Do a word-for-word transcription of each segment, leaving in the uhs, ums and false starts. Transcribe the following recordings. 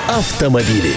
автомобили.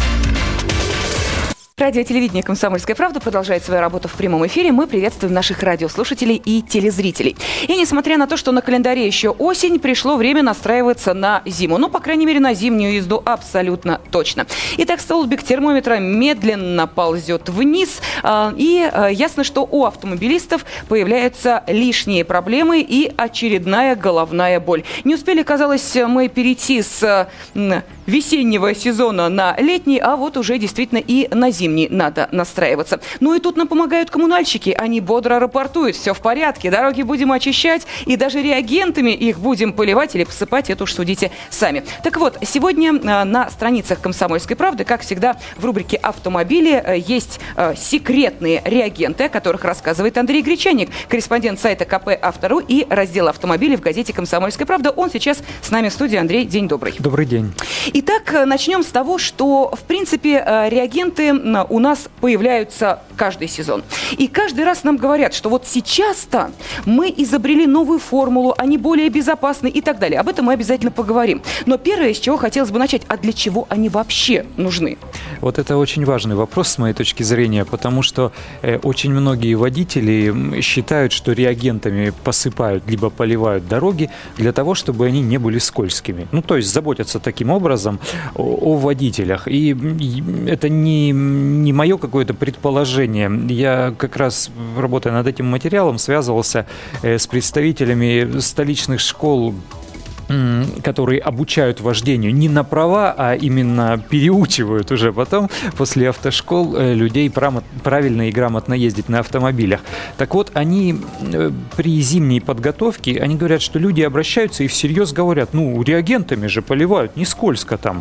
Радио телевидение «Комсомольская правда» продолжает свою работу в прямом эфире. Мы приветствуем наших радиослушателей и телезрителей. И несмотря на то, что на календаре еще осень, пришло время настраиваться на зиму. Ну, по крайней мере, на зимнюю езду абсолютно точно. Итак, столбик термометра медленно ползет вниз. И ясно, что у автомобилистов появляются лишние проблемы и очередная головная боль. Не успели, казалось, мы перейти с весеннего сезона на летний, а вот уже действительно и на зимний надо настраиваться. Ну и тут нам помогают коммунальщики. Они бодро рапортуют: все в порядке, дороги будем очищать, и даже реагентами их будем поливать или посыпать, это уж судите сами. Так вот, сегодня на страницах «Комсомольской правды», как всегда, в рубрике «Автомобили» есть секретные реагенты, о которых рассказывает Андрей Гречаник, корреспондент сайта ка пэ Авто.ру и раздела «Автомобили» в газете «Комсомольская правда». Он сейчас с нами в студии. Андрей, день добрый. Добрый день. Итак, начнем с того, что, в принципе, реагенты у нас появляются каждый сезон. И каждый раз нам говорят, что вот сейчас-то мы изобрели новую формулу, они более безопасны и так далее. Об этом мы обязательно поговорим. Но первое, с чего хотелось бы начать, а для чего они вообще нужны? Вот это очень важный вопрос с моей точки зрения, потому что э, очень многие водители считают, что реагентами посыпают либо поливают дороги для того, чтобы они не были скользкими. Ну, то есть заботятся таким образом о, о водителях. И, и это не, не мое какое-то предположение. Я как раз, работая над этим материалом, связывался э, с представителями столичных школ, которые обучают вождению не на права, а именно переучивают уже потом, после автошкол, людей правильно и грамотно ездить на автомобилях. Так вот, они при зимней подготовке, они говорят, что люди обращаются и всерьез говорят: ну, реагентами же поливают, не скользко там.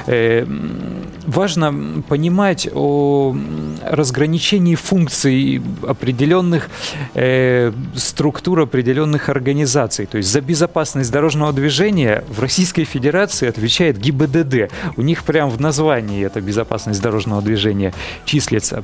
Важно понимать о разграничении функций определенных э, структур, определенных организаций. То есть за безопасность дорожного движения в Российской Федерации отвечает гэ и бэ дэ дэ. У них прямо в названии эта безопасность дорожного движения числится.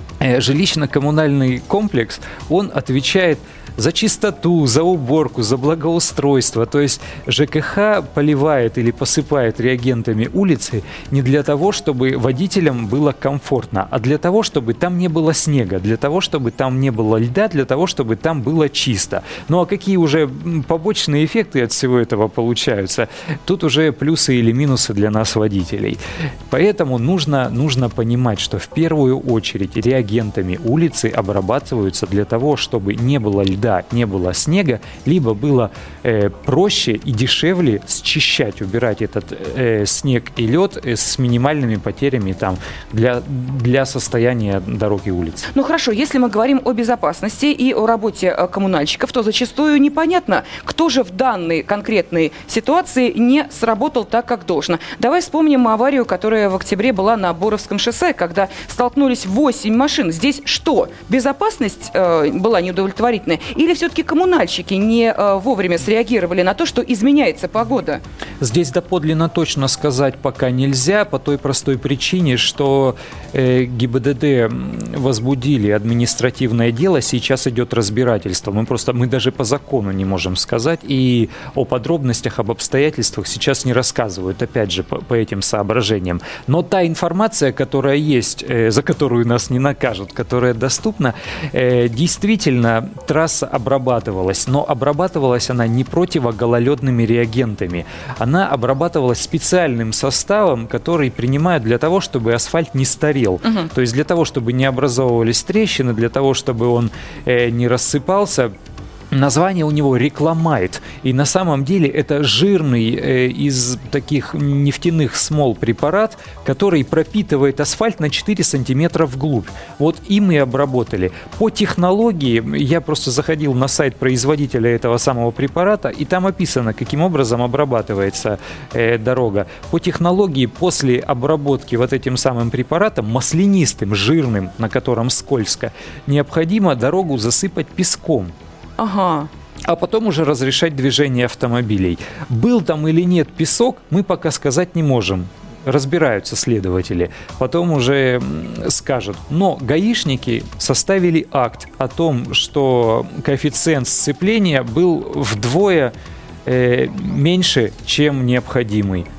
Жилищно-коммунальный комплекс, он отвечает за чистоту, за уборку, за благоустройство. То есть жэ ка ха поливает или посыпает реагентами улицы не для того, чтобы водителям было комфортно, а для того, чтобы там не было снега, для того, чтобы там не было льда, для того, чтобы там было чисто. Ну а какие уже побочные эффекты от всего этого получаются? Тут уже плюсы или минусы для нас, водителей. Поэтому нужно, нужно понимать, что в первую очередь реагентами улицы обрабатываются для того, чтобы не было льда, да, не было снега, либо было э, проще и дешевле счищать, убирать этот э, снег и лед э, с минимальными потерями там, для, для состояния дорог и улиц. Ну хорошо, если мы говорим о безопасности и о работе коммунальщиков, то зачастую непонятно, кто же в данной конкретной ситуации не сработал так, как должно. Давай вспомним аварию, которая в октябре была на Боровском шоссе, когда столкнулись восемь машин. Здесь что? Безопасность э, была неудовлетворительная? Или все-таки коммунальщики не э, вовремя среагировали на то, что изменяется погода? Здесь доподлинно точно сказать пока нельзя, по той простой причине, что э, гэ и бэ дэ дэ возбудили административное дело, сейчас идет разбирательство. Мы просто, мы даже по закону не можем сказать, и о подробностях, об обстоятельствах сейчас не рассказывают, опять же, по, по этим соображениям. Но та информация, которая есть, э, за которую нас не накажут, которая доступна, э, действительно, трасса обрабатывалась, но обрабатывалась она не противогололедными реагентами. Она обрабатывалась специальным составом, который принимают для того, чтобы асфальт не старел. Угу. То есть для того, чтобы не образовывались трещины, для того, чтобы он э, не рассыпался. Название у него «Рекламайт». И на самом деле это жирный э, из таких нефтяных смол препарат, который пропитывает асфальт на четыре сантиметра вглубь. Вот им и обработали. По технологии, я просто заходил на сайт производителя этого самого препарата, и там описано, каким образом обрабатывается э, дорога. По технологии, после обработки вот этим самым препаратом, маслянистым, жирным, на котором скользко, необходимо дорогу засыпать песком. Ага. А потом уже разрешать движение автомобилей. Был там или нет песок, мы пока сказать не можем. Разбираются следователи. Потом уже скажут. Но гаишники составили акт о том, что коэффициент сцепления был вдвое э, меньше, чем необходимый.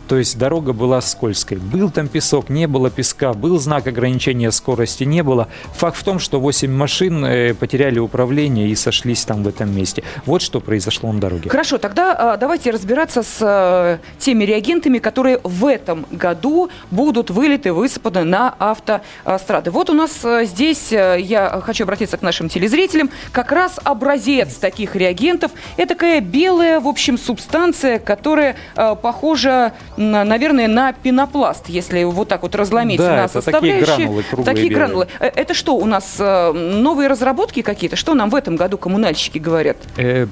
То есть дорога была скользкой. Был там песок, не было песка, был знак ограничения скорости, не было. Факт в том, что восемь машин э, потеряли управление и сошлись там в этом месте. Вот что произошло на дороге. Хорошо, тогда э, давайте разбираться с э, теми реагентами, которые в этом году будут вылиты, высыпаны на автострады. Вот у нас э, здесь, э, я хочу обратиться к нашим телезрителям, как раз образец таких реагентов. Это такая белая, в общем, субстанция, которая э, похожа, на, наверное, на пенопласт, если вот так вот разломить да, на это составляющие. такие гранулы круглые. Такие белые. гранулы. Это что, у нас э, новые разработки какие-то? Что нам в этом году коммунальщики говорят? Э,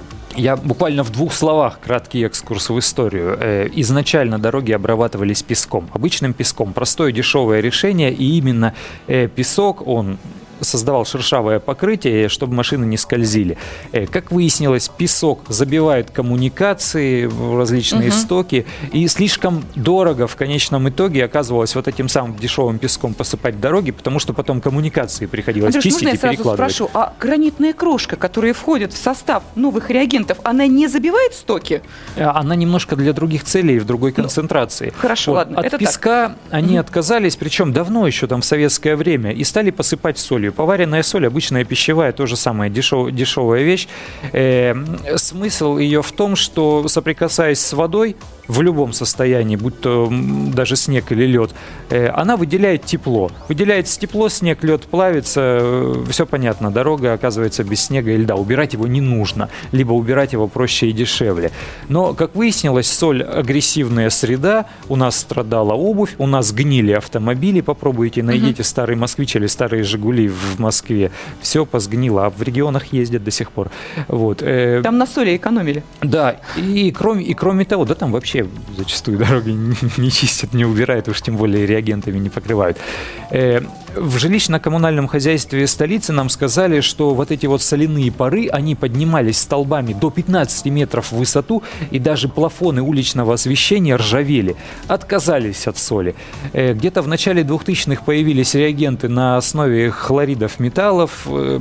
Я буквально в двух словах краткий экскурс в историю. Э, изначально дороги обрабатывались песком, обычным песком. Простое дешевое решение, и именно э, песок, он создавал шершавое покрытие, чтобы машины не скользили. Э, как выяснилось, песок забивает коммуникации, различные uh-huh. стоки, и слишком дорого в конечном итоге оказывалось вот этим самым дешевым песком посыпать дороги, потому что потом коммуникации приходилось Андрюш, чистить можно и я сразу перекладывать. спрошу, а гранитная крошка, которая входит в состав новых реагентов, она не забивает стоки? Она немножко для других целей, в другой концентрации. Ну, хорошо, вот. ладно. От это песка так. они угу. отказались, причем давно еще, там, в советское время, и стали посыпать солью. Поваренная соль, обычная пищевая, то же самое, дешев, дешевая вещь. Э, смысл ее в том, что, соприкасаясь с водой, в любом состоянии, будь то даже снег или лед, э, она выделяет тепло. Выделяется тепло, снег, лед плавится, э, все понятно, дорога оказывается без снега и льда. Убирать его не нужно, либо убирать его проще и дешевле. Но, как выяснилось, соль — агрессивная среда, у нас страдала обувь, у нас гнили автомобили, попробуйте, найдите uh-huh. старый «Москвич» или старые «Жигули» в Москве, все позгнило, а в регионах ездят до сих пор. Вот. э, Там на соли экономили. Да, и кроме, и кроме того, да, там вообще зачастую дороги не, не чистят, не убирают, уж тем более реагентами не покрывают. Э, в жилищно-коммунальном хозяйстве столицы нам сказали, что вот эти вот соляные пары, они поднимались столбами до пятнадцати метров в высоту, и даже плафоны уличного освещения ржавели. Отказались от соли. Э, где-то в начале двухтысячных появились реагенты на основе хлоридов металлов. Э,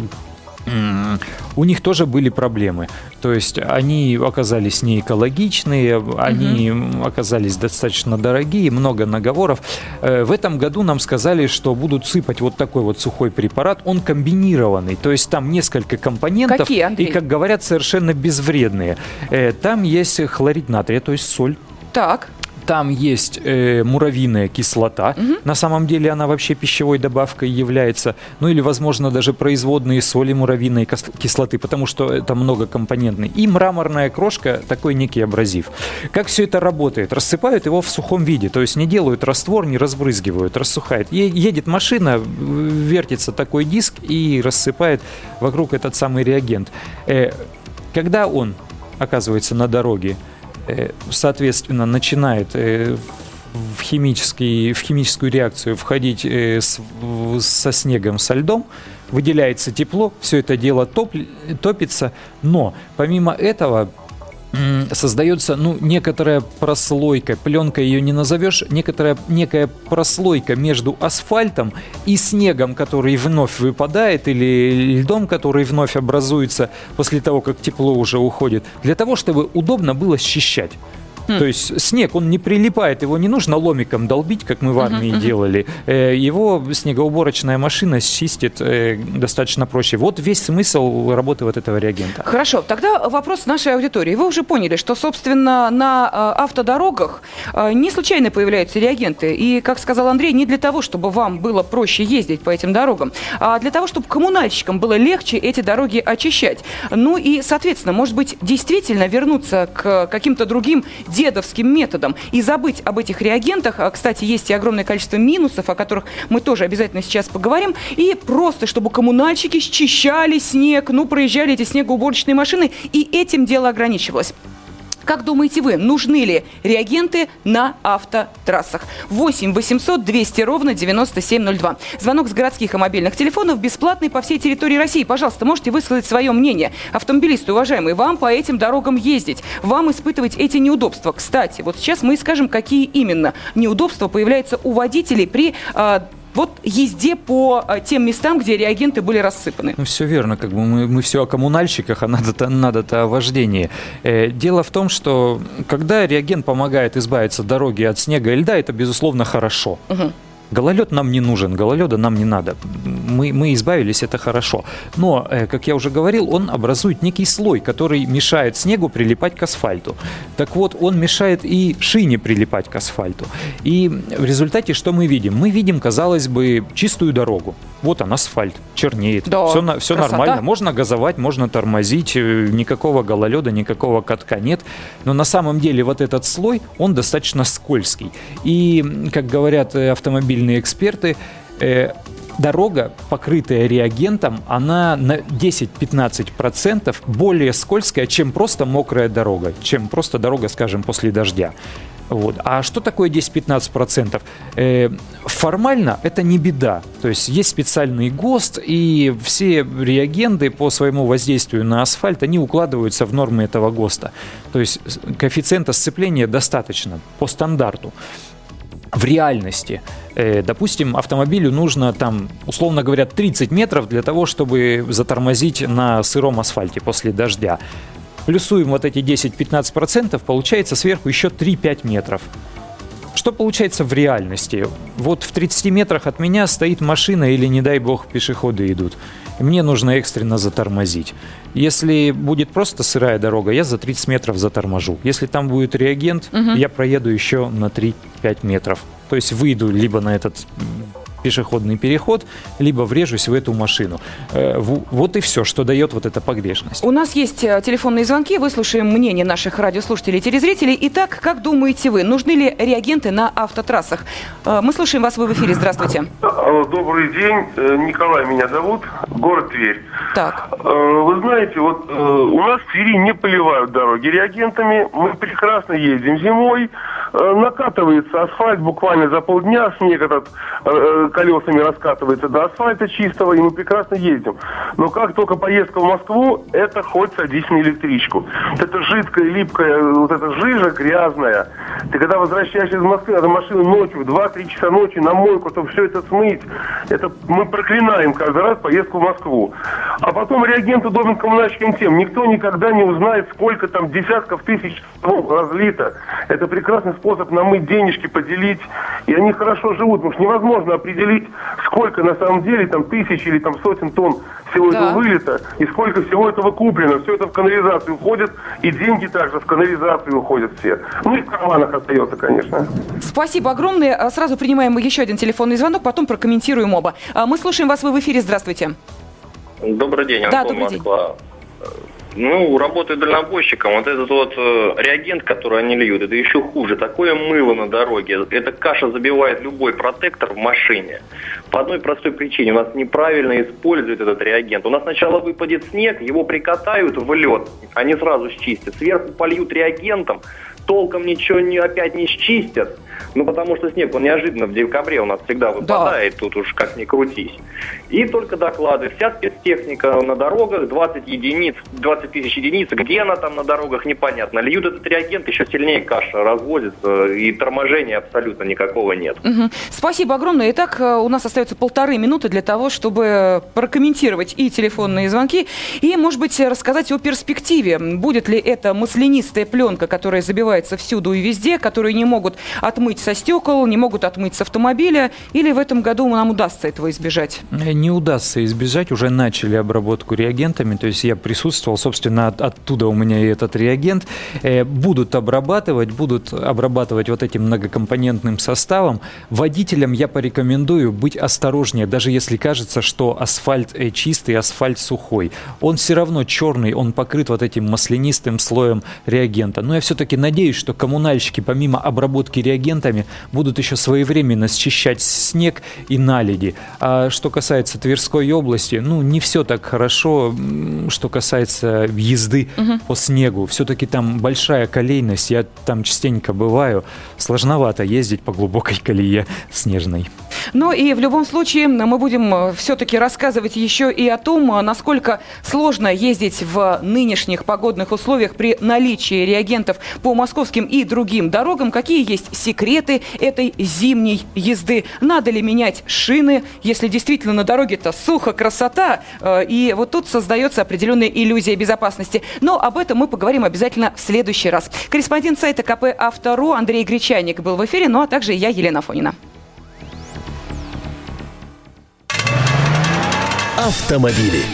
у них тоже были проблемы. То есть они оказались не экологичные, они угу. оказались достаточно дорогие, много наговоров. В этом году нам сказали, что будут сыпать вот такой вот сухой препарат. Он комбинированный, то есть там несколько компонентов. Какие, Андрей? И, как говорят, совершенно безвредные. Там есть хлорид натрия, то есть соль. Так. Там есть э, муравьиная кислота. Угу. На самом деле она вообще пищевой добавкой является. Ну или, возможно, даже производные соли муравьиной кислоты, потому что это многокомпонентный. И мраморная крошка, такой некий абразив. Как все это работает? Рассыпают его в сухом виде. То есть не делают раствор, не разбрызгивают, рассухает. Е- едет машина, вертится такой диск и рассыпает вокруг этот самый реагент. Э, когда он оказывается на дороге, соответственно, начинает в, химический, в химическую реакцию входить с, со снегом, со льдом, выделяется тепло, все это дело топ, топится, но помимо этого создается, ну, некоторая прослойка, пленка ее не назовешь, некоторая, некая прослойка между асфальтом и снегом, который вновь выпадает, или льдом, который вновь образуется после того, как тепло уже уходит, для того, чтобы удобно было счищать. Mm. То есть снег, он не прилипает, его не нужно ломиком долбить, как мы в армии uh-huh, uh-huh. делали. Его снегоуборочная машина счистит достаточно проще. Вот весь смысл работы вот этого реагента. Хорошо, тогда вопрос нашей аудитории. Вы уже поняли, что, собственно, на автодорогах не случайно появляются реагенты. И, как сказал Андрей, не для того, чтобы вам было проще ездить по этим дорогам, а для того, чтобы коммунальщикам было легче эти дороги очищать. Ну и, соответственно, может быть, действительно вернуться к каким-то другим дедовским методом и забыть об этих реагентах. Кстати, есть и огромное количество минусов, о которых мы тоже обязательно сейчас поговорим. И просто, чтобы коммунальщики счищали снег, ну, проезжали эти снегоуборочные машины, и этим дело ограничивалось. Как думаете вы, нужны ли реагенты на автотрассах? восемь восемьсот двести ровно девяносто семь ноль два. Звонок с городских и мобильных телефонов бесплатный по всей территории России. Пожалуйста, можете высказать свое мнение. Автомобилисты, уважаемые, вам по этим дорогам ездить, вам испытывать эти неудобства. Кстати, вот сейчас мы скажем, какие именно неудобства появляются у водителей при... Э, вот езде по тем местам, где реагенты были рассыпаны? Ну, все верно. Как бы мы, мы все о коммунальщиках, а надо-то, надо-то о вождении. Э, дело в том, что когда реагент помогает избавиться от дороги от снега и льда, это, безусловно, хорошо. Угу. Гололед нам не нужен, гололеда нам не надо. Мы, мы избавились, это хорошо. Но, э, как я уже говорил, он образует некий слой, который мешает снегу прилипать к асфальту. Так вот, он мешает и шине прилипать к асфальту. И в результате что мы видим? Мы видим, казалось бы, чистую дорогу. Вот он, асфальт, чернеет. Да, все все нормально. Можно газовать, можно тормозить. Никакого гололеда, никакого катка нет. Но на самом деле вот этот слой, он достаточно скользкий. И, как говорят автомобильные эксперты, э, дорога, покрытая реагентом, она на десять-пятнадцать процентов более скользкая, чем просто мокрая дорога, чем просто дорога, скажем, после дождя. Вот. А что такое десять-пятнадцать процентов? Э, формально это не беда. То есть есть специальный ГОСТ, и все реагенты по своему воздействию на асфальт, они укладываются в нормы этого ГОСТа. То есть коэффициента сцепления достаточно по стандарту. В реальности, э, допустим, автомобилю нужно там, условно говоря, тридцать метров для того, чтобы затормозить на сыром асфальте после дождя. Плюсуем вот эти десять-пятнадцать процентов, получается сверху еще три-пять метров. Что получается в реальности? Вот в тридцати метрах от меня стоит машина или, не дай бог, пешеходы идут. И мне нужно экстренно затормозить. Если будет просто сырая дорога, я за тридцать метров заторможу. Если там будет реагент, угу. я проеду еще на три-пять метров. То есть выйду либо на этот пешеходный переход, либо врежусь в эту машину. Вот и все, что дает вот эта погрешность. У нас есть телефонные звонки, выслушаем мнение наших радиослушателей и телезрителей. Итак, как думаете вы, нужны ли реагенты на автотрассах? Мы слушаем вас, вы в эфире, здравствуйте. Добрый день, Николай меня зовут, город Тверь. Так. Вы знаете, вот у нас в Твери не поливают дороги реагентами, мы прекрасно ездим зимой, накатывается асфальт буквально за полдня, снег этот колесами раскатывается до асфальта чистого, и мы прекрасно ездим. Но как только поездка в Москву, это хоть садись на электричку. Вот эта жидкая, липкая, вот эта жижа грязная. Ты когда возвращаешься из Москвы, надо машину ночью, в два-три часа ночи на мойку, чтобы все это смыть. Это мы проклинаем каждый раз поездку в Москву. А потом реагент удобен коммунальщикам тем. Никто никогда не узнает, сколько там десятков тысяч разлито. Это прекрасный способ намыть денежки, поделить. И они хорошо живут, потому что невозможно определить, сколько на самом деле там тысяч или там сотен тонн всего да. этого вылета, и сколько всего этого куплено. Все это в канализацию уходит, и деньги также в канализацию уходят все. Ну и в карманах остается, конечно. Спасибо огромное. Сразу принимаем еще один телефонный звонок, потом прокомментируем оба. Мы слушаем вас, вы в эфире, здравствуйте. Добрый день, да, Антон, добрый Москва. День. Ну, работаю дальнобойщиком, вот этот вот э, реагент, который они льют, это еще хуже. Такое мыло на дороге, эта каша забивает любой протектор в машине. По одной простой причине, у нас неправильно используют этот реагент. У нас сначала выпадет снег, его прикатают в лед, они сразу счистят. Сверху польют реагентом, толком ничего не, опять не счистят. Ну, потому что снег, он неожиданно в декабре у нас всегда выпадает, да. Тут уж как ни крутись. И только доклады. Вся спецтехника на дорогах, двадцать единиц, двадцать тысяч единиц, где она там на дорогах, непонятно. Льют этот реагент, еще сильнее каша разводится, и торможения абсолютно никакого нет. Угу. Спасибо огромное. Итак, у нас остается полторы минуты для того, чтобы прокомментировать и телефонные звонки, и, может быть, рассказать о перспективе. Будет ли это маслянистая пленка, которая забивается всюду и везде, которую не могут отмыть со стекол, не могут отмыть с автомобиля, или в этом году нам удастся этого избежать? Не удастся избежать, уже начали обработку реагентами, то есть я присутствовал, собственно, от, оттуда у меня и этот реагент. Э, будут обрабатывать, будут обрабатывать вот этим многокомпонентным составом. Водителям я порекомендую быть осторожнее, даже если кажется, что асфальт э, чистый, асфальт сухой. Он все равно черный, он покрыт вот этим маслянистым слоем реагента. Но я все-таки надеюсь, что коммунальщики, помимо обработки реагентами, будут еще своевременно счищать снег и наледи. А что касается Тверской области, ну, не все так хорошо, что касается езды угу. по снегу. Все-таки там большая колейность, я там частенько бываю. Сложновато ездить по глубокой колее снежной. Ну и в любом случае мы будем все-таки рассказывать еще и о том, насколько сложно ездить в нынешних погодных условиях при наличии реагентов по московским и другим дорогам, какие есть секреты секреты этой зимней езды. Надо ли менять шины, если действительно на дороге-то сухо, красота, и вот тут создается определенная иллюзия безопасности. Но об этом мы поговорим обязательно в следующий раз. Корреспондент сайта ка пэ Авто.ру Андрей Гречаник был в эфире, ну а также я, Елена Афонина. Автомобили.